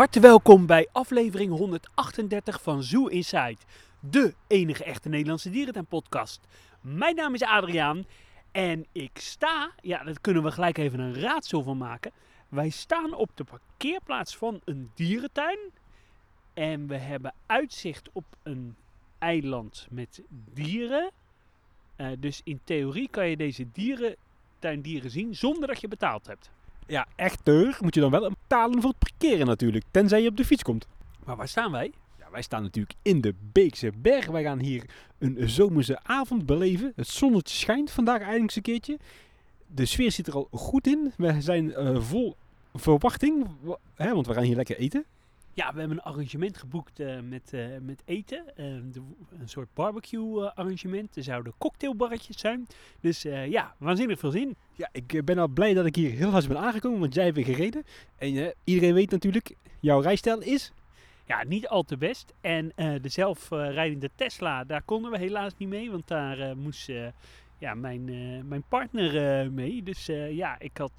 harte welkom bij aflevering 138 van Zoo Inside, de enige echte Nederlandse dierentuinpodcast. Mijn naam is Adriaan en ik sta, daar kunnen we gelijk even een raadsel van maken. Wij staan op de parkeerplaats van een dierentuin en we hebben uitzicht op een eiland met dieren. Dus in theorie kan je deze dierentuindieren zien zonder dat je betaald hebt. Ja, echter moet je dan wel betalen voor het parkeren natuurlijk, tenzij je op de fiets komt. Maar waar staan wij? Ja, wij staan natuurlijk in de Beekse Berg. Wij gaan hier een zomerse avond beleven. Het zonnetje schijnt vandaag eindelijk eens een keertje. De sfeer zit er al goed in. We zijn vol verwachting, want we gaan hier lekker eten. Ja, we hebben een arrangement geboekt met eten. Een soort barbecue arrangement. Er zouden cocktailbarretjes zijn. Dus waanzinnig veel zin. Ja, ik ben al blij dat ik hier heel hard ben aangekomen, want jij hebt weer gereden. En iedereen weet natuurlijk, jouw rijstijl is... Ja, niet al te best. En de zelfrijdende Tesla, daar konden we helaas niet mee. Want daar moest mijn partner mee. Dus ik had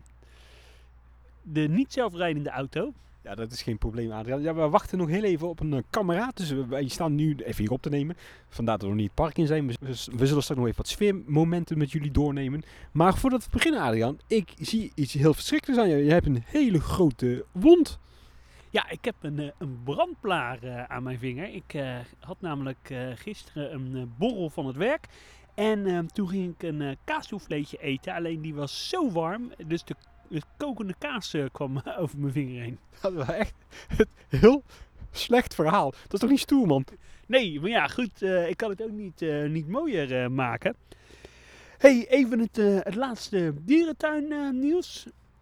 de niet zelfrijdende auto. Ja, dat is geen probleem, Adriaan. Ja, we wachten nog heel even op een kameraad. Dus wij staan nu even hier op te nemen. Vandaar dat we nog niet het park in zijn. We zullen straks nog even wat sfeermomenten met jullie doornemen. Maar voordat we beginnen, Adriaan, ik zie iets heel verschrikkelijks aan je. Je hebt een hele grote wond. Ja, ik heb een brandblaar aan mijn vinger. Ik had namelijk gisteren een borrel van het werk. En toen ging ik een kaassouffleetje eten. Alleen die was zo warm, dus de kokende kaas kwam over mijn vinger heen. Dat was echt een heel slecht verhaal. Dat is toch niet stoer, man? Nee, maar ja, goed. Ik kan het ook niet mooier maken. Hey, even het laatste dierentuin nieuws.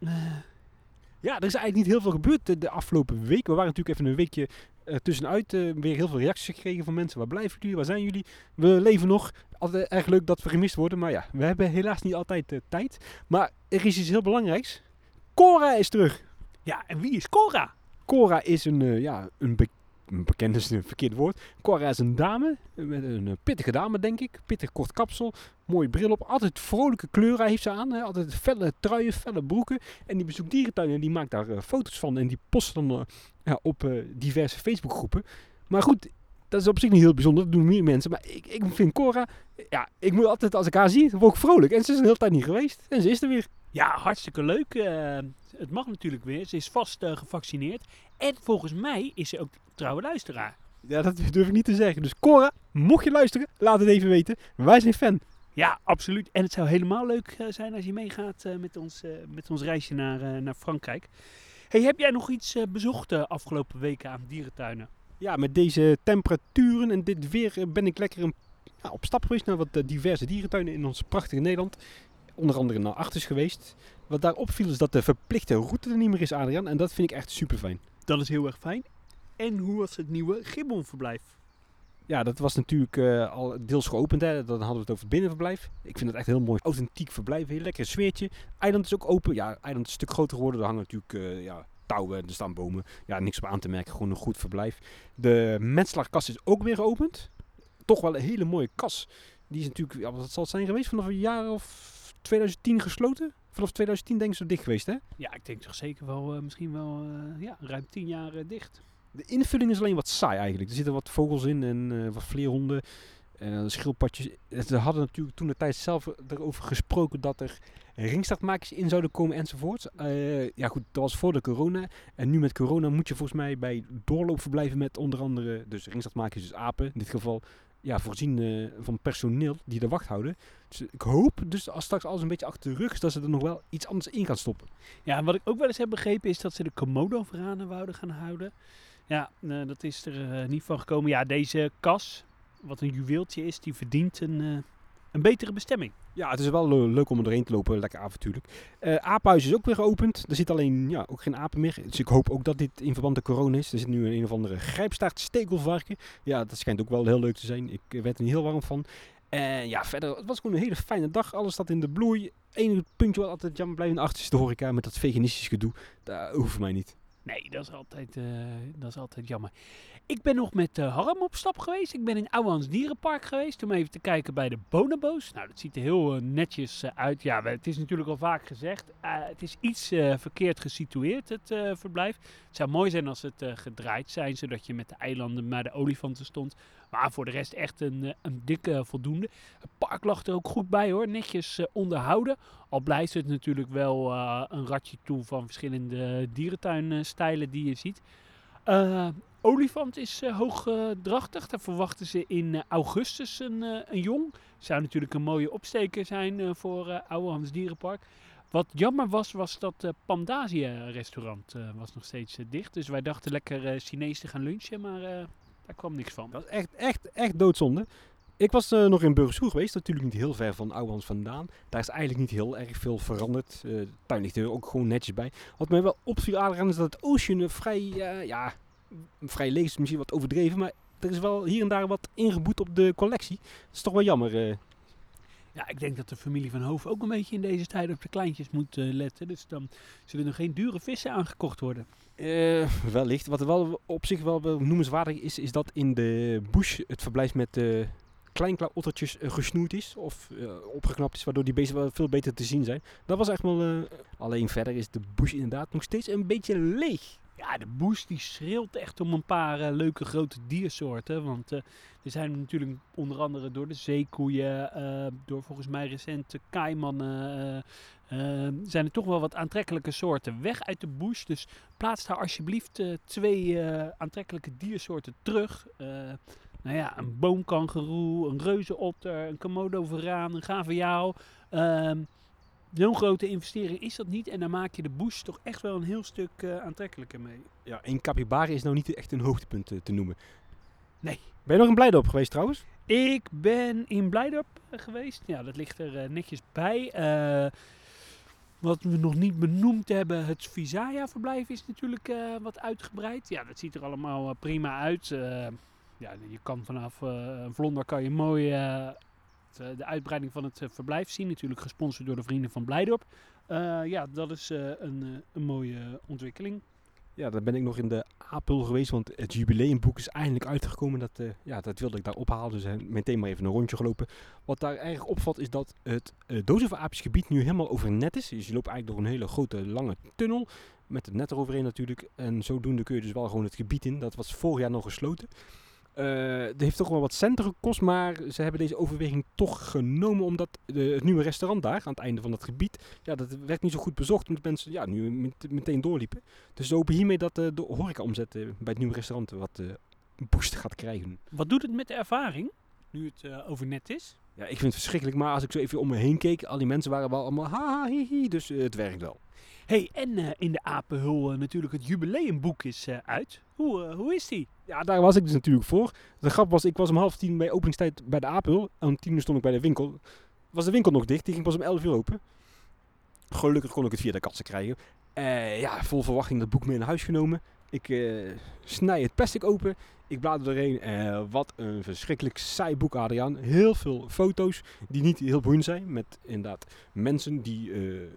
Ja, er is eigenlijk niet heel veel gebeurd de afgelopen week. We waren natuurlijk even een weekje tussenuit. Weer heel veel reacties gekregen van mensen. Waar blijven jullie? Waar zijn jullie? We leven nog. Altijd erg leuk dat we gemist worden. Maar ja, we hebben helaas niet altijd tijd. Maar er is iets heel belangrijks. Cora is terug. Ja, en wie is Cora? Cora is een bekend is een verkeerd woord. Cora is een dame, een pittige dame denk ik. Pittig kort kapsel, mooie bril op. Altijd vrolijke kleuren heeft ze aan. Hè. Altijd felle truien, felle broeken. En die bezoekt dierentuinen en die maakt daar foto's van. En die post dan op diverse Facebookgroepen. Maar goed, dat is op zich niet heel bijzonder. Dat doen meer mensen. Maar ik vind Cora, ik moet altijd als ik haar zie, word ik vrolijk. En ze is een hele tijd niet geweest. En ze is er weer. Ja, hartstikke leuk. Het mag natuurlijk weer. Ze is vast gevaccineerd. En volgens mij is ze ook trouwe luisteraar. Ja, dat durf ik niet te zeggen. Dus Cora, mocht je luisteren, laat het even weten. Wij zijn fan. Ja, absoluut. En het zou helemaal leuk zijn als je meegaat met ons reisje naar Frankrijk. Hey, heb jij nog iets bezocht de afgelopen weken aan dierentuinen? Ja, met deze temperaturen en dit weer ben ik lekker op stap geweest naar wat diverse dierentuinen in ons prachtige Nederland. Onder andere naar Artis geweest. Wat daar opviel is dat de verplichte route er niet meer is, Adriaan. En dat vind ik echt super fijn. Dat is heel erg fijn. En hoe was het nieuwe gibbonverblijf? Ja, dat was natuurlijk al deels geopend. Hè. Dan hadden we het over het binnenverblijf. Ik vind het echt heel mooi. Authentiek verblijf. Heel lekker sfeertje. Eiland is ook open. Ja, eiland is een stuk groter geworden. Er hangen natuurlijk touwen en er staan bomen. Ja, niks op aan te merken. Gewoon een goed verblijf. De Menselaarkas is ook weer geopend. Toch wel een hele mooie kas. Die is natuurlijk, wat zal het zijn geweest? Vanaf een jaar of 2010 gesloten? Vanaf 2010 denk ik zo dicht geweest, hè? Ja, ik denk toch zeker wel, misschien wel ruim 10 jaar dicht. De invulling is alleen wat saai eigenlijk. Er zitten wat vogels in en wat vleerhonden, schildpadjes. Ze hadden natuurlijk toen de tijd zelf erover gesproken dat er ringstartmakers in zouden komen enzovoort. Goed, dat was voor de corona. En nu met corona moet je volgens mij bij doorloopverblijven met onder andere, dus ringstartmakers, dus apen in dit geval, voorzien van personeel die de wacht houden. Dus ik hoop dus als straks alles een beetje achter de rug is, dat ze er nog wel iets anders in gaan stoppen. Ja, en wat ik ook wel eens heb begrepen is dat ze de Komodo-varanen wouden gaan houden. Ja, dat is er niet van gekomen. Ja, deze kas, wat een juweeltje is, die verdient een betere bestemming. Ja, het is wel leuk om er doorheen te lopen, lekker avontuurlijk. Apenhuis is ook weer geopend. Er zit alleen ook geen apen meer. Dus ik hoop ook dat dit in verband met corona is. Er zit nu een of andere grijpstaart stekelvarken. Ja, dat schijnt ook wel heel leuk te zijn. Ik werd er niet heel warm van. Verder, het was gewoon een hele fijne dag. Alles staat in de bloei. Enige puntje wat altijd jammer blijft in de achter is de horeca met dat veganistisch gedoe. Dat hoeft mij niet. Nee, dat is altijd jammer. Ik ben nog met Harm op stap geweest. Ik ben in Ouwehands Dierenpark geweest om even te kijken bij de bonobo's. Nou, dat ziet er heel netjes uit. Ja, het is natuurlijk al vaak gezegd. Het is iets verkeerd gesitueerd, het verblijf. Het zou mooi zijn als het gedraaid zijn, zodat je met de eilanden naar de olifanten stond. Maar voor de rest echt een dikke voldoende. Het park lag er ook goed bij hoor, netjes onderhouden. Al blijft het natuurlijk wel een ratje toe van verschillende dierentuinstijlen die je ziet. Olifant is hoogdrachtig. Daar verwachten ze in augustus een jong. Zou natuurlijk een mooie opsteker zijn voor Ouwehands Dierenpark. Wat jammer was dat Pandasia restaurant was nog steeds dicht. Dus wij dachten lekker Chinees te gaan lunchen, maar daar kwam niks van. Dat is echt doodzonde. Ik was nog in Burgersoe geweest, natuurlijk niet heel ver van Ouwehands vandaan. Daar is eigenlijk niet heel erg veel veranderd. De tuin ligt er ook gewoon netjes bij. Wat mij wel opviel aan is dat het Ocean vrij leeg is, misschien wat overdreven. Maar er is wel hier en daar wat ingeboet op de collectie. Dat is toch wel jammer. Ja, ik denk dat de familie van Hoof ook een beetje in deze tijd op de kleintjes moet letten. Dus dan zullen er geen dure vissen aangekocht worden. Wellicht. Wat er wel op zich wel noemenswaardig is dat in de bush het verblijf met kleinklauwottertjes gesnoeid is of opgeknapt is, waardoor die beesten wel veel beter te zien zijn. Dat was echt wel... alleen verder is de bush inderdaad nog steeds een beetje leeg. Ja, de bush die schreeuwt echt om een paar leuke grote diersoorten. Want er zijn natuurlijk onder andere door de zeekoeien, door volgens mij recente kaimannen, zijn er toch wel wat aantrekkelijke soorten weg uit de bush. Dus plaats daar alsjeblieft 2 aantrekkelijke diersoorten terug. Nou ja, een boomkangeroe, een reuzenotter, een komodo-varaan, een gaviaal. Zo'n grote investering is dat niet. En dan maak je de bush toch echt wel een heel stuk aantrekkelijker mee. Ja, een capybara is nou niet echt een hoogtepunt te noemen. Nee. Ben je nog in Blijdorp geweest trouwens? Ik ben in Blijdorp geweest. Ja, dat ligt er netjes bij. Wat we nog niet benoemd hebben, het Visaya-verblijf is natuurlijk wat uitgebreid. Ja, dat ziet er allemaal prima uit. Ja, je kan vanaf Vlonder kan je mooi de uitbreiding van het verblijf zien. Natuurlijk gesponsord door de vrienden van Blijdorp. Ja, dat is een mooie ontwikkeling. Ja, dan ben ik nog in de Apel geweest, want het jubileumboek is eindelijk uitgekomen. Dat wilde ik daar ophalen, dus meteen maar even een rondje gelopen. Wat daar erg opvalt is dat het Dozevaarapjesgebied nu helemaal overnet is. Dus je loopt eigenlijk door een hele grote lange tunnel, met het net eroverheen natuurlijk. En zodoende kun je dus wel gewoon het gebied in. Dat was vorig jaar nog gesloten. Het heeft toch wel wat centen gekost, maar ze hebben deze overweging toch genomen omdat het nieuwe restaurant daar aan het einde van dat gebied, ja, dat werd niet zo goed bezocht omdat mensen nu meteen doorliepen. Dus ze hopen hiermee dat de horecaomzet bij het nieuwe restaurant wat boost gaat krijgen. Wat doet het met de ervaring, nu het overnet is? Ja, ik vind het verschrikkelijk, maar als ik zo even om me heen keek, al die mensen waren wel allemaal ha, hi, hi, dus het werkt wel. Hey, en in de Apenhul natuurlijk het jubileumboek is uit. Hoe is die? Ja, daar was ik dus natuurlijk voor. De grap was, ik was om 9:30 bij openingstijd bij de Apenhul. Om 10:00 stond ik bij de winkel. Was de winkel nog dicht, die ging pas om 11:00 open. Gelukkig kon ik het via de kassen krijgen. Vol verwachting dat boek mee naar huis genomen. Ik snij het plastic open. Ik blader doorheen. Wat een verschrikkelijk saai boek, Adriaan. Heel veel foto's die niet heel boeiend zijn. Met inderdaad mensen die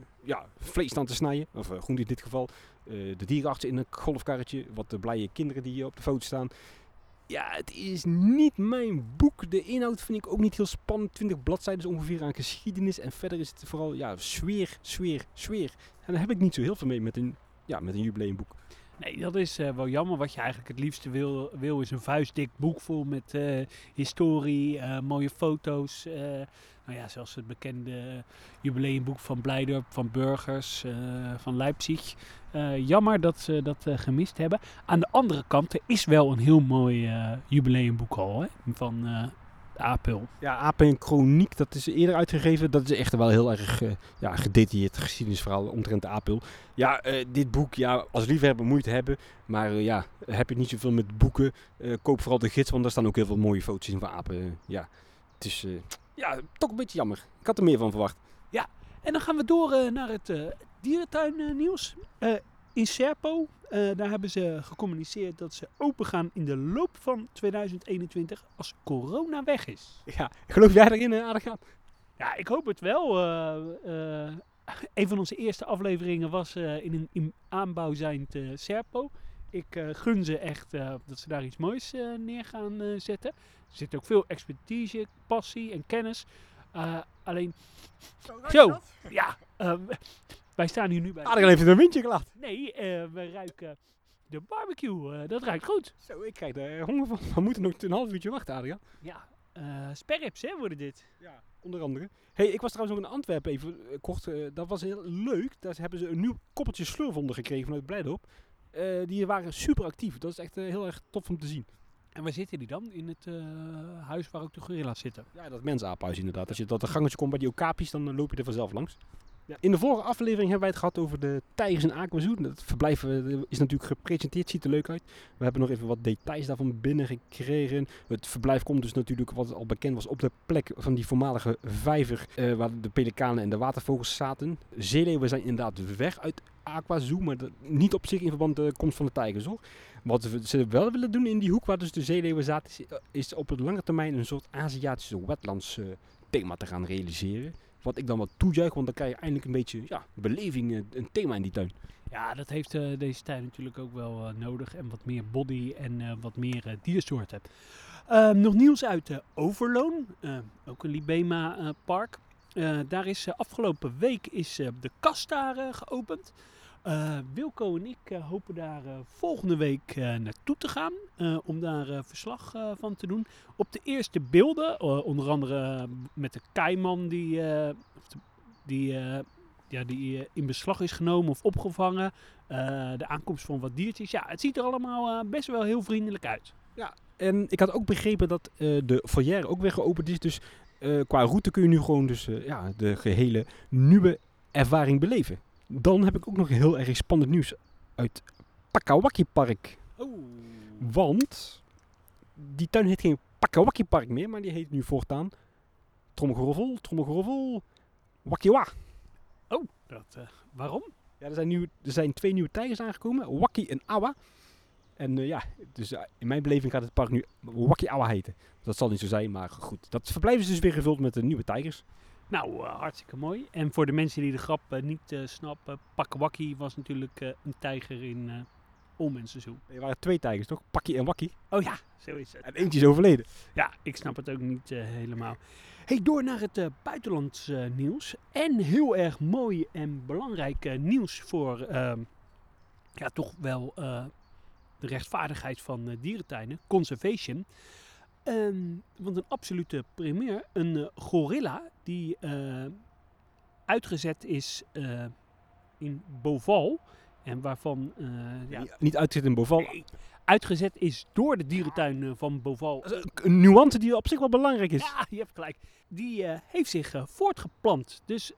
vlees staan te snijden. Of groente in dit geval. De dierenartsen in een golfkarretje. Wat de blije kinderen die op de foto staan. Ja, het is niet mijn boek. De inhoud vind ik ook niet heel spannend. 20 bladzijden ongeveer aan geschiedenis. En verder is het vooral sfeer. En daar heb ik niet zo heel veel mee met een jubileumboek. Nee, dat is wel jammer. Wat je eigenlijk het liefste wil is een vuistdik boek vol met historie, mooie foto's. Zoals het bekende jubileumboek van Blijdorp, van Burgers, van Leipzig. Jammer dat ze dat gemist hebben. Aan de andere kant, er is wel een heel mooi jubileumboek al, hè, van de Apel. Ja, Apen en Chroniek, dat is eerder uitgegeven. Dat is echt wel heel erg gedetailleerd geschiedenisverhaal omtrent de Apel. Ja, dit boek, als liefhebber moet je het hebben. Maar heb je niet zoveel met boeken, koop vooral de gids, want daar staan ook heel veel mooie foto's in van Apen. Het is toch een beetje jammer. Ik had er meer van verwacht. Ja, en dan gaan we door naar het dierentuinnieuws. In Serpo, daar hebben ze gecommuniceerd dat ze open gaan in de loop van 2021 als corona weg is. Ja, geloof jij daarin, Adriaan? Ja, ik hoop het wel. een van onze eerste afleveringen was in een aanbouw zijnd Serpo. Ik gun ze echt dat ze daar iets moois neer gaan zetten. Er zit ook veel expertise, passie en kennis. Alleen, zo, ja, wij staan hier nu bij... Adriaan heeft het een windje gelaten. Nee, we ruiken de barbecue. Dat ruikt goed. Zo, ik krijg er honger van. We moeten nog een half uurtje wachten, Adriaan. Ja, sperrips hè, worden dit. Ja, onder andere. Hey, ik was trouwens nog in Antwerpen even kort. Dat was heel leuk. Daar hebben ze een nieuw koppeltje slurfhonden gekregen vanuit Blijdorp. Die waren super actief. Dat is echt heel erg tof om te zien. En waar zitten die dan? In het huis waar ook de gorilla's zitten? Ja, dat mensapenhuis inderdaad. Als je tot een gangetje komt bij die okapis, dan loop je er vanzelf langs. Ja. In de vorige aflevering hebben wij het gehad over de tijgers in Aqua Zoo. Dat verblijf is natuurlijk gepresenteerd, ziet er leuk uit. We hebben nog even wat details daarvan binnengekregen. Het verblijf komt dus natuurlijk, wat al bekend was, op de plek van die voormalige vijver waar de pelikanen en de watervogels zaten. Zeeleeuwen zijn inderdaad weg uit Aqua Zoo, maar niet op zich in verband met de komst van de tijgers hoor. Wat ze wel willen doen in die hoek waar dus de zeeleeuwen zaten, is op de lange termijn een soort Aziatische wetlands thema te gaan realiseren. Wat ik dan wat toejuich, want dan krijg je eindelijk een beetje beleving, een thema in die tuin. Ja, dat heeft deze tuin natuurlijk ook wel nodig. En wat meer body en wat meer diersoorten. Nog nieuws uit Overloon, ook een Libema park. Daar is afgelopen week is de kast daar geopend. Wilco en ik hopen daar volgende week naartoe te gaan om daar verslag van te doen. Op de eerste beelden, onder andere met de keiman die in beslag is genomen of opgevangen. De aankomst van wat diertjes. Ja, het ziet er allemaal best wel heel vriendelijk uit. Ja, en ik had ook begrepen dat de foyer ook weer geopend is. Dus qua route kun je nu gewoon dus, de gehele nieuwe ervaring beleven. Dan heb ik ook nog heel erg spannend nieuws uit Pakawaki Park. Oh. Want die tuin heet geen Pakawaki Park meer, maar die heet nu voortaan trommelgeroffel, Wakiwa. Oh, waarom? Ja, er zijn 2 nieuwe tijgers aangekomen, Waki en Awa. En dus in mijn beleving gaat het park nu Waki Awa heten. Dat zal niet zo zijn, maar goed. Dat verblijf is dus weer gevuld met de nieuwe tijgers. Nou, hartstikke mooi. En voor de mensen die de grap niet snappen, Pakawaki was natuurlijk een tijger in Olmenseizoen. Er waren 2 tijgers, toch? Pakkie en Wakkie. Oh ja, zo is het. En eentje is overleden. Ja, ik snap het ook niet helemaal. Hey, door naar het buitenlands nieuws. En heel erg mooi en belangrijk nieuws voor toch wel de rechtvaardigheid van dierentuinen. Conservation. Want een absolute primeur. Een gorilla die uitgezet is in Beauval. En waarvan... Niet uitgezet in Beauval. Nee, uitgezet is door de dierentuin van Beauval. Een nuance die op zich wel belangrijk is. Ja, je hebt gelijk. Die heeft zich voortgeplant. Dus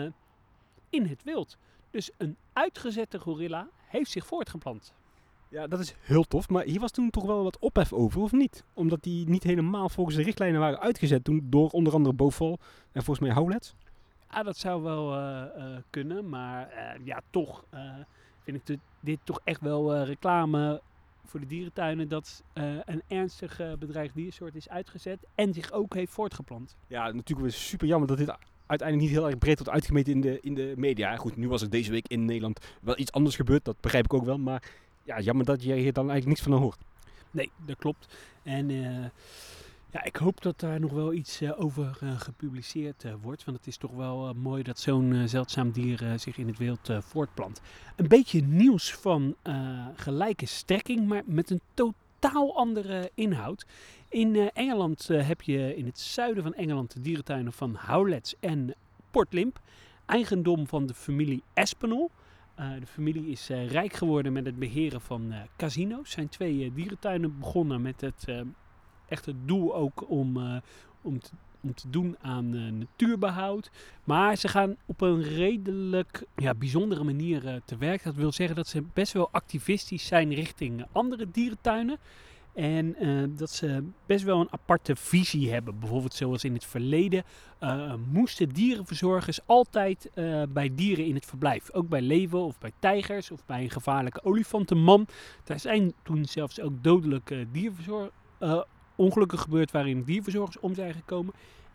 in het wild. Dus een uitgezette gorilla heeft zich voortgeplant. Ja, dat is heel tof. Maar hier was toen toch wel wat ophef over, of niet? Omdat die niet helemaal volgens de richtlijnen waren uitgezet toen door onder andere Beauval en volgens mij Howlett. Ja, dat zou wel kunnen. Maar toch vind ik dit toch echt wel reclame voor de dierentuinen dat een ernstig bedreigd diersoort is uitgezet en zich ook heeft voortgeplant. Ja, natuurlijk weer super jammer dat dit uiteindelijk niet heel erg breed wordt uitgemeten in de media. Goed, nu was er deze week in Nederland wel iets anders gebeurd, dat begrijp ik ook wel. Maar ja, jammer dat je hier dan eigenlijk niks van hoort. Nee, dat klopt. En ik hoop dat daar nog wel iets over gepubliceerd wordt. Want het is toch wel mooi dat zo'n zeldzaam dier zich in het wild voortplant. Een beetje nieuws van gelijke strekking, maar met een totaal andere inhoud. In Engeland heb je in het zuiden van Engeland de dierentuinen van Howlett en Port Limp. Eigendom van de familie Aspinall. De familie is rijk geworden met het beheren van casino's. Zijn 2 dierentuinen begonnen met het echte doel ook om te doen aan natuurbehoud. Maar ze gaan op een redelijk bijzondere manier te werk. Dat wil zeggen dat ze best wel activistisch zijn richting andere dierentuinen. En dat ze best wel een aparte visie hebben. Bijvoorbeeld zoals in het verleden moesten dierenverzorgers altijd bij dieren in het verblijf. Ook bij leeuwen of bij tijgers of bij een gevaarlijke olifantenman. Daar zijn toen zelfs ook dodelijke ongelukken gebeurd waarin dierverzorgers om zijn gekomen.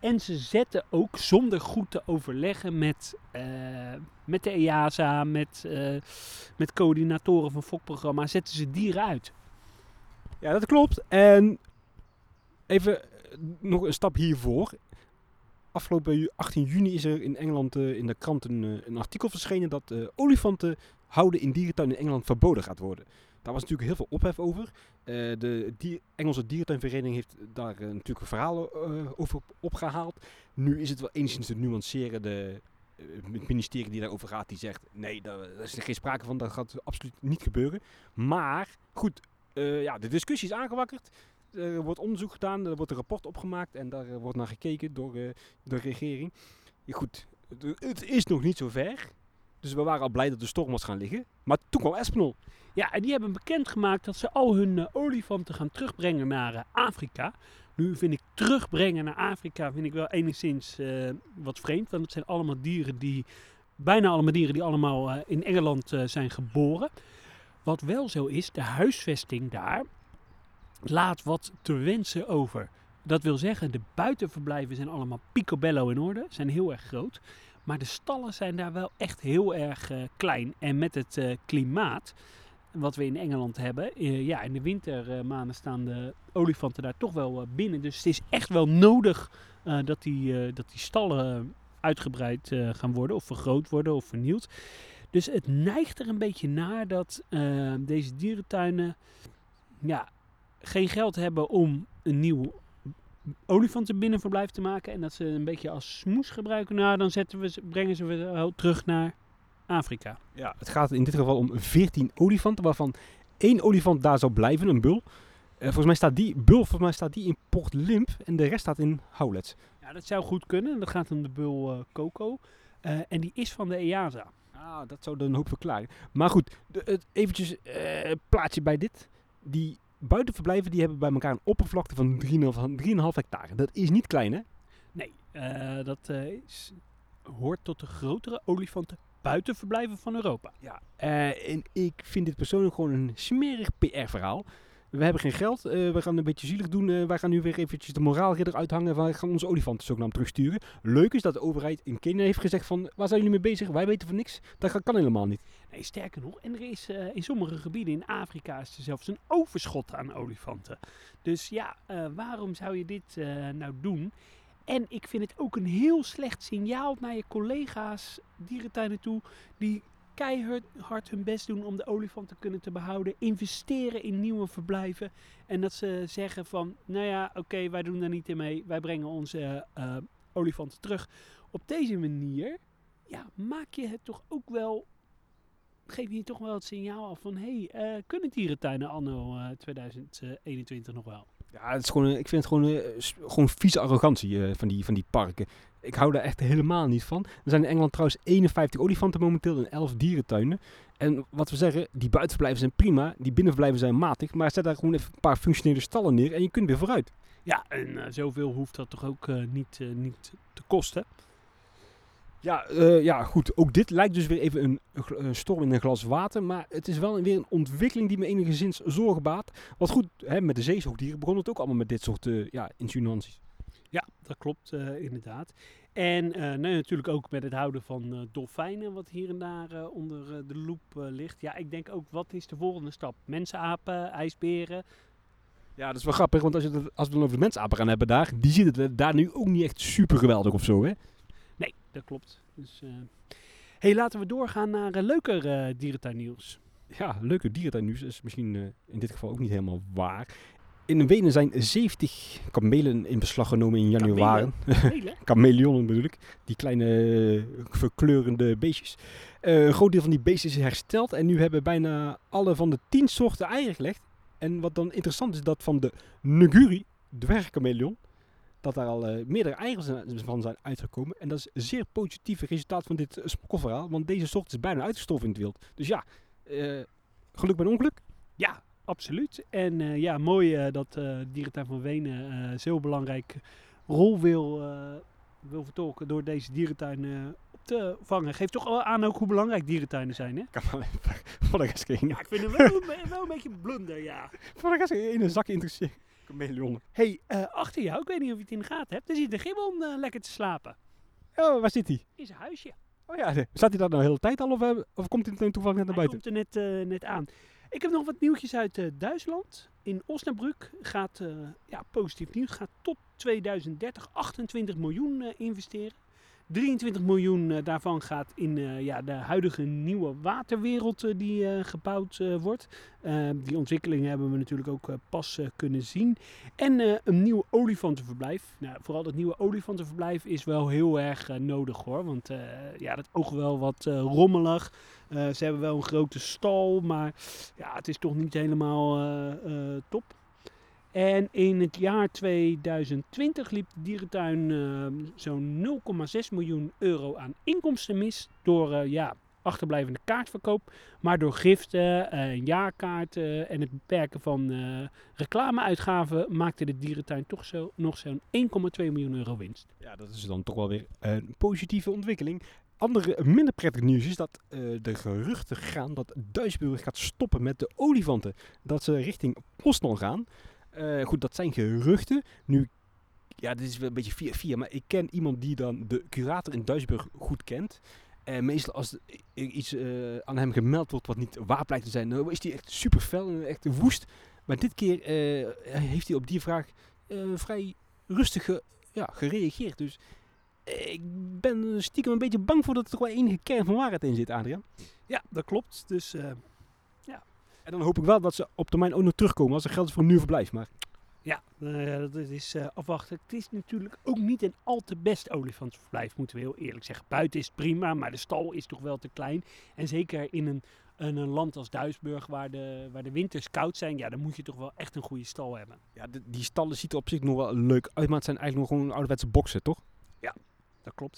En ze zetten ook zonder goed te overleggen met de EASA, met coördinatoren van fokprogramma's, zetten ze dieren uit. Ja, dat klopt. En even nog een stap hiervoor. Afgelopen 18 juni is er in Engeland in de krant een artikel verschenen dat olifanten houden in dierentuin in Engeland verboden gaat worden. Daar was natuurlijk heel veel ophef over. De Engelse dierentuinvereniging heeft daar natuurlijk een verhaal over opgehaald. Nu is het wel enigszins te nuanceren. Het ministerie die daarover gaat, die zegt nee, daar is er geen sprake van. Dat gaat absoluut niet gebeuren. Maar goed, de discussie is aangewakkerd. Er wordt onderzoek gedaan, er wordt een rapport opgemaakt en daar wordt naar gekeken door de regering. Ja, goed, het is nog niet zo ver. Dus we waren al blij dat de storm was gaan liggen. Maar toen kwam Espinol. Ja, en die hebben bekendgemaakt dat ze al hun olifanten gaan terugbrengen naar Afrika. Nu vind ik terugbrengen naar Afrika vind ik wel enigszins wat vreemd. Want het zijn allemaal dieren bijna allemaal dieren die allemaal in Engeland zijn geboren. Wat wel zo is, de huisvesting daar laat wat te wensen over. Dat wil zeggen, de buitenverblijven zijn allemaal picobello in orde, zijn heel erg groot. Maar de stallen zijn daar wel echt heel erg klein. En met het klimaat wat we in Engeland hebben, in de wintermaanden staan de olifanten daar toch wel binnen. Dus het is echt wel nodig dat die stallen uitgebreid gaan worden of vergroot worden of vernieuwd. Dus het neigt er een beetje naar dat deze dierentuinen geen geld hebben om een nieuw olifantenbinnenverblijf te maken. En dat ze een beetje als smoes gebruiken. Nou, dan brengen ze weer terug naar Afrika. Ja, het gaat in dit geval om 14 olifanten, waarvan 1 olifant daar zou blijven, een bul. Volgens mij staat die in Port Limp en de rest staat in Howlett. Ja, dat zou goed kunnen. Dat gaat om de bul Coco. En die is van de EASA. Ah, dat zou dan een hoop verklaren. Maar goed, eventjes plaatje bij dit. Die buitenverblijven die hebben bij elkaar een oppervlakte van 3,5 hectare. Dat is niet klein, hè? Nee, dat hoort tot de grotere olifanten buitenverblijven van Europa. Ja, en ik vind dit persoonlijk gewoon een smerig PR-verhaal. We hebben geen geld, we gaan een beetje zielig doen. Wij gaan nu weer eventjes de moraalridder uithangen. Wij gaan onze olifanten zogenaamd terugsturen. Leuk is dat de overheid in Kenia heeft gezegd van, waar zijn jullie mee bezig? Wij weten van niks. Dat kan helemaal niet. Nee, sterker nog, en er is in sommige gebieden in Afrika is er zelfs een overschot aan olifanten. Dus ja, waarom zou je dit nou doen? En ik vind het ook een heel slecht signaal naar je collega's dierentuinen toe, die keihard hun best doen om de olifanten te behouden, investeren in nieuwe verblijven en dat ze zeggen van, nou ja, oké, wij doen daar niet in mee, wij brengen onze olifanten terug. Op deze manier, maak je het toch ook wel, geef je toch wel het signaal af van, kunnen dierentuinen anno 2021 nog wel? Ja, het is gewoon, ik vind het gewoon vieze arrogantie van die parken. Ik hou daar echt helemaal niet van. Er zijn in Engeland trouwens 51 olifanten momenteel en 11 dierentuinen. En wat we zeggen, die buitenverblijven zijn prima, die binnenverblijven zijn matig, maar zet daar gewoon even een paar functionele stallen neer en je kunt weer vooruit. Ja, en zoveel hoeft dat toch ook niet te kosten? Ja, goed. Ook dit lijkt dus weer even een storm in een glas water. Maar het is wel weer een ontwikkeling die me enigszins zorgen baart. Want goed, met de zeezoogdieren begon het ook allemaal met dit soort insinuaties. Ja, dat klopt inderdaad. En natuurlijk ook met het houden van dolfijnen, wat hier en daar onder de loep ligt. Ja, ik denk ook, wat is de volgende stap? Mensapen, ijsberen? Ja, dat is wel grappig, want als we het dan over de mensapen gaan hebben daar, die ziet het daar nu ook niet echt super geweldig of zo, hè? Nee, dat klopt. Dus, laten we doorgaan naar leuker dierentuinnieuws. Ja, leuke dierentuinnieuws is misschien in dit geval ook niet helemaal waar. In Wenen zijn 70 kamelen in beslag genomen in januari. Chameleonen bedoel ik. Die kleine verkleurende beestjes. Een groot deel van die beestjes is hersteld. En nu hebben bijna alle van de 10 soorten eieren gelegd. En wat dan interessant is, dat van de Nguri, dwergchameleon, dat daar al meerdere eieren van zijn uitgekomen. En dat is een zeer positief resultaat van dit smokkelverhaal. Want deze soort is bijna uitgestorven in het wild. Dus ja, geluk bij een ongeluk. Ja, absoluut. En mooi dat Dierentuin van Wenen zo'n belangrijke rol wil vertolken door deze dierentuin op te vangen. Geeft toch wel aan ook hoe belangrijk dierentuinen zijn, hè? Voor de rest Ja, ik vind het wel een beetje blunder, ja. Voor de rest in een zak interesseren. Chameleon. Hey, achter jou, ik weet niet of je het in de gaten hebt, daar zit de gibbon lekker te slapen. Oh, waar zit hij? In zijn huisje. Oh ja, staat hij daar nou de hele tijd al of komt hij toevallig net naar Hij buiten? komt er net aan. Ik heb nog wat nieuwtjes uit Duitsland. In Osnabrück gaat, positief nieuws, gaat tot 2030 28 miljoen investeren. 23 miljoen daarvan gaat in de huidige nieuwe waterwereld die gebouwd wordt. Die ontwikkelingen hebben we natuurlijk ook pas kunnen zien. En een nieuw olifantenverblijf. Nou, vooral dat nieuwe olifantenverblijf is wel heel erg nodig hoor. Want dat oogt wel wat rommelig. Ze hebben wel een grote stal, maar ja, het is toch niet helemaal top. En in het jaar 2020 liep de dierentuin zo'n 0,6 miljoen euro aan inkomsten mis door achterblijvende kaartverkoop. Maar door giften, jaarkaarten en het beperken van reclameuitgaven maakte de dierentuin toch nog zo'n 1,2 miljoen euro winst. Ja, dat is dan toch wel weer een positieve ontwikkeling. Andere minder prettig nieuws is dat de geruchten gaan dat Duisburg gaat stoppen met de olifanten. Dat ze richting Poznan gaan. Goed, dat zijn geruchten. Nu, ja, dit is wel een beetje via, maar ik ken iemand die dan de curator in Duisburg goed kent. Meestal als iets aan hem gemeld wordt wat niet waar blijkt te zijn, dan is hij echt super fel en echt woest. Maar dit keer heeft hij op die vraag vrij rustig gereageerd. Dus ik ben stiekem een beetje bang voor dat er toch wel enige kern van waarheid in zit, Adriaan. Ja, dat klopt. Dus En dan hoop ik wel dat ze op termijn ook nog terugkomen als er geld is voor een nieuw verblijf. Maar ja, dat is afwachten. Het is natuurlijk ook niet een al te best olifantenverblijf, moeten we heel eerlijk zeggen. Buiten is het prima, maar de stal is toch wel te klein. En zeker in een land als Duisburg, waar de winters koud zijn, ja, dan moet je toch wel echt een goede stal hebben. ja, die stallen ziet er op zich nog wel leuk uit, maar het zijn eigenlijk nog gewoon ouderwetse boksen, toch? Dat klopt.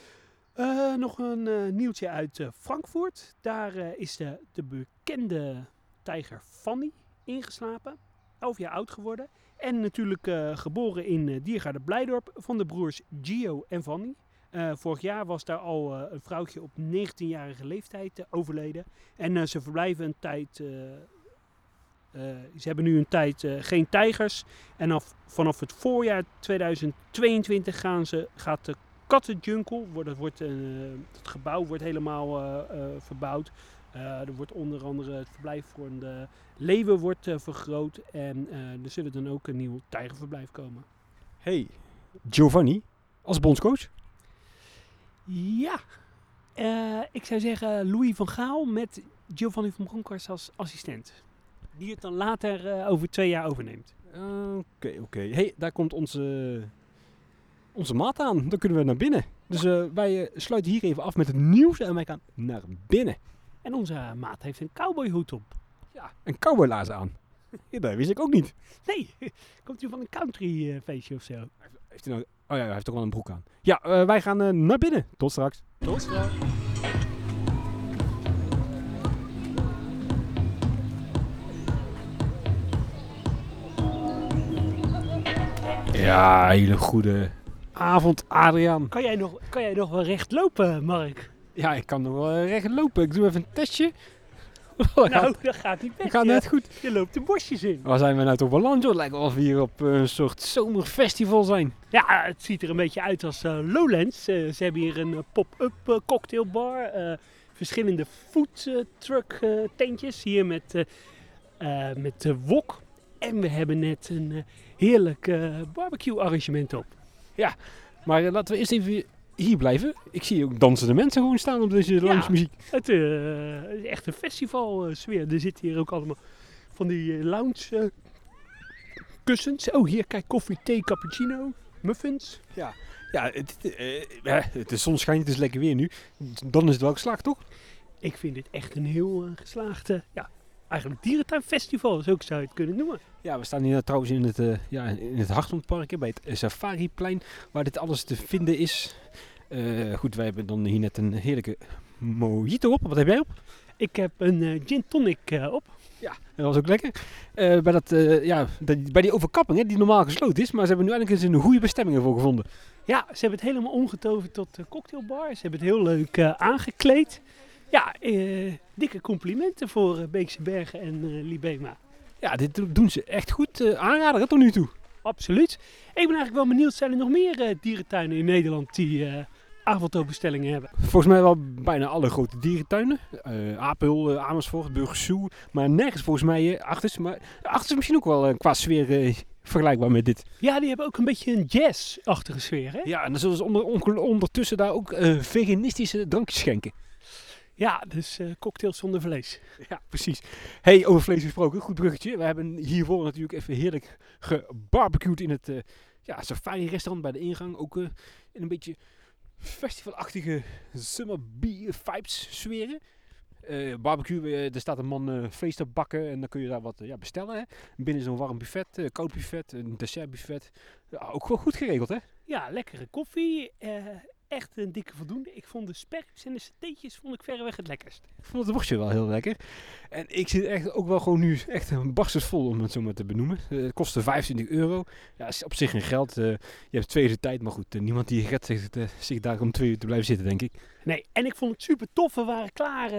Nog een nieuwtje uit Frankfurt. Daar is de bekende tijger Fanny ingeslapen. 11 jaar oud geworden. En natuurlijk geboren in Diergaarde Blijdorp van de broers Gio en Fanny. Vorig jaar was daar al een vrouwtje op 19-jarige leeftijd overleden. En ze verblijven een tijd... ze hebben nu een tijd geen tijgers. En vanaf het voorjaar 2022 gaat de kattenjunkel. Het gebouw wordt helemaal verbouwd. Er wordt onder andere het verblijf voor de leeuwen wordt vergroot. En er zullen dan ook een nieuw tijgerverblijf komen. Hey, Giovanni, als bondscoach? Ja, ik zou zeggen Louis van Gaal met Giovanni van Bronckhorst als assistent. Die het dan later over 2 jaar overneemt. Oké. Hey, daar komt onze maat aan. Dan kunnen we naar binnen. Dus wij sluiten hier even af met het nieuws en wij gaan naar binnen. En onze maat heeft een cowboyhoed op. Ja, een cowboylaarzen aan. Ja, dat wist ik ook niet. Nee, komt hij van een country feestje of zo? Heeft hij nou... Oh ja, hij heeft toch wel een broek aan. Ja, wij gaan naar binnen. Tot straks. Tot straks. Ja, hele goede avond, Adriaan. Kan jij nog wel recht lopen, Mark? Ja, ik kan nog wel recht lopen. Ik doe even een testje. Nou, dat gaat niet best. Het gaat net goed. Je loopt de bosjes in. Waar zijn we nou toch beland, joh? Het lijkt wel of we hier op een soort zomerfestival zijn. Ja, het ziet er een beetje uit als Lowlands. Ze hebben hier een pop-up cocktailbar. Verschillende foodtruck tentjes. Hier met wok. En we hebben net een heerlijk barbecue arrangement op. Ja, maar laten we eerst even hier blijven. Ik zie ook dansende mensen gewoon staan op deze lounge muziek. Het is echt een festival sfeer. Er zitten hier ook allemaal van die lounge kussens. Oh, hier, kijk, koffie, thee, cappuccino, muffins. Ja, de zon schijnt, het is lekker weer nu. Dan is het wel geslaagd, toch? Ik vind dit echt een heel geslaagde, eigenlijk dierentuinfestival, zo zou je het kunnen noemen. Ja, we staan hier trouwens in het Hartlandpark, bij het Safariplein, waar dit alles te vinden is. Goed, wij hebben dan hier net een heerlijke mojito op. Wat heb jij op? Ik heb een gin tonic op. Ja, dat was ook lekker. Bij die overkapping, die normaal gesloten is, maar ze hebben nu eigenlijk eens een goede bestemming ervoor gevonden. Ja, ze hebben het helemaal omgetoverd tot cocktailbar. Ze hebben het heel leuk aangekleed. Ja, dikke complimenten voor Beekse Bergen en Libema. Ja, dit doen ze echt goed. Aanrader tot nu toe. Absoluut. Ik ben eigenlijk wel benieuwd, zijn er nog meer dierentuinen in Nederland die avondopenstellingen hebben? Volgens mij wel bijna alle grote dierentuinen. Apel, Amersfoort, Burgersoe. Maar nergens volgens mij Achters. Maar Achters is misschien ook wel qua sfeer vergelijkbaar met dit. Ja, die hebben ook een beetje een jazz-achtige sfeer, hè? Ja, en dan zullen ze ondertussen daar ook veganistische drankjes schenken. Ja, dus cocktails zonder vlees. Ja, precies. Hey, over vlees gesproken, goed bruggetje. We hebben hiervoor natuurlijk even heerlijk gebarbecued in het safari-restaurant bij de ingang. Ook in een beetje festivalachtige summer vibes sferen. Barbecue, er staat een man vlees te bakken en dan kun je daar wat bestellen. Hè. Binnen zo'n warm buffet, koud buffet, een dessertbuffet. Ja, ook wel goed geregeld, hè? Ja, lekkere koffie. Echt een dikke voldoende. Ik vond de sperrips en de satéetjes verreweg het lekkerst. Ik vond het worstje wel heel lekker. En ik zit echt ook wel gewoon nu echt barstensvol om het zo maar te benoemen. Het kostte €25. Ja, is op zich geen geld. Je hebt 2 uur de tijd, maar goed. Niemand die redt zich daar om 2 uur te blijven zitten, denk ik. Nee, en ik vond het super tof. We waren klaar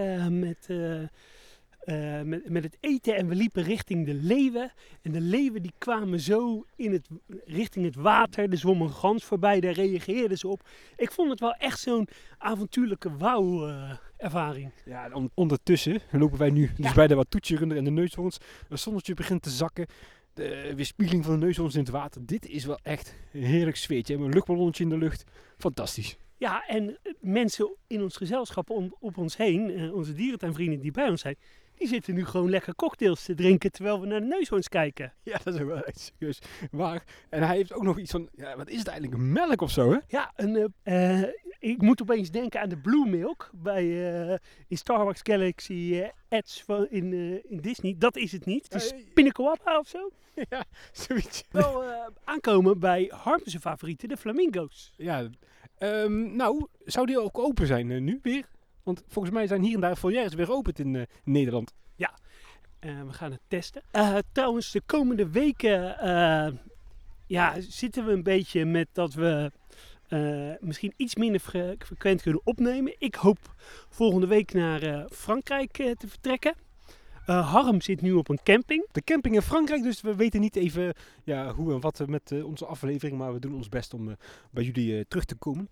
met het eten en we liepen richting de leeuwen. En de leeuwen die kwamen zo richting het water. Er zwom een gans voorbij, daar reageerden ze op. Ik vond het wel echt zo'n avontuurlijke wauw-ervaring. Ja, en ondertussen lopen wij nu dus bij de Watutsirunder en de neushoorns. Het zonnetje begint te zakken. De weerspiegeling van de neushoorns in het water. Dit is wel echt een heerlijk sfeertje. We hebben een luchtballonnetje in de lucht. Fantastisch. Ja, en mensen in ons gezelschap op ons heen, onze dierentuinvrienden die bij ons zijn, die zitten nu gewoon lekker cocktails te drinken terwijl we naar de neushoorns kijken. Ja, dat is ook wel echt serieus waar. En hij heeft ook nog iets van, ja, wat is het eigenlijk, melk of zo, hè? Ja, ik moet opeens denken aan de Blue Milk in Star Wars Galaxy Edge in Disney. Dat is het niet. Het is Pinacoappa of zo. Ja, zoiets. Wel aankomen bij Harm's favorieten, de flamingo's. Ja, nou, zou die ook open zijn nu weer? Want volgens mij zijn hier en daar foyers weer geopend in Nederland. Ja, we gaan het testen. Trouwens, de komende weken zitten we een beetje met dat we misschien iets minder frequent kunnen opnemen. Ik hoop volgende week naar Frankrijk te vertrekken. Harm zit nu op een camping. De camping in Frankrijk, dus we weten niet even hoe en wat met onze aflevering. Maar we doen ons best om bij jullie terug te komen.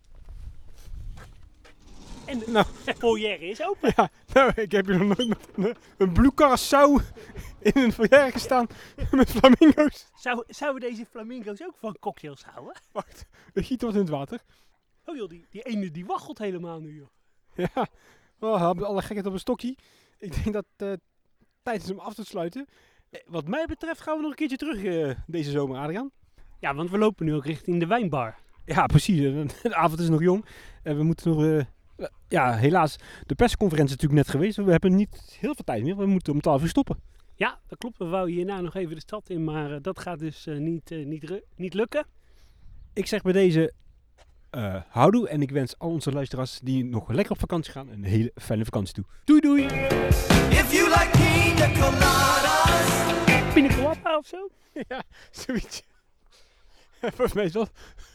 En de foyer is open. Ja, nou, ik heb hier nog nooit met een Blue Curaçao in een foyer gestaan met flamingo's. Zouden deze flamingo's ook van cocktails houden? Wacht, er giet wat in het water. Oh joh, die ene die waggelt helemaal nu, joh. Ja, we hebben alle gekheid op een stokje. Ik denk dat het tijd is om af te sluiten. Wat mij betreft gaan we nog een keertje terug deze zomer, Adriaan. Ja, want we lopen nu ook richting de wijnbar. Ja, precies. De avond is nog jong. En we moeten nog... helaas, de persconferentie is natuurlijk net geweest. We hebben niet heel veel tijd meer. We moeten om 12 uur stoppen. Ja, dat klopt. We wouden hierna nog even de stad in, maar dat gaat dus niet lukken. Ik zeg bij deze houdoe en ik wens al onze luisteraars die nog lekker op vakantie gaan een hele fijne vakantie toe. Doei doei! If you like pina coladas. Pina colada of zo? Ja, zoiets. Volgens mij is dat...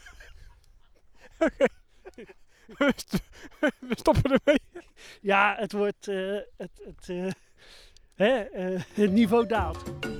Oké. We stoppen ermee. Ja, het wordt... het niveau daalt.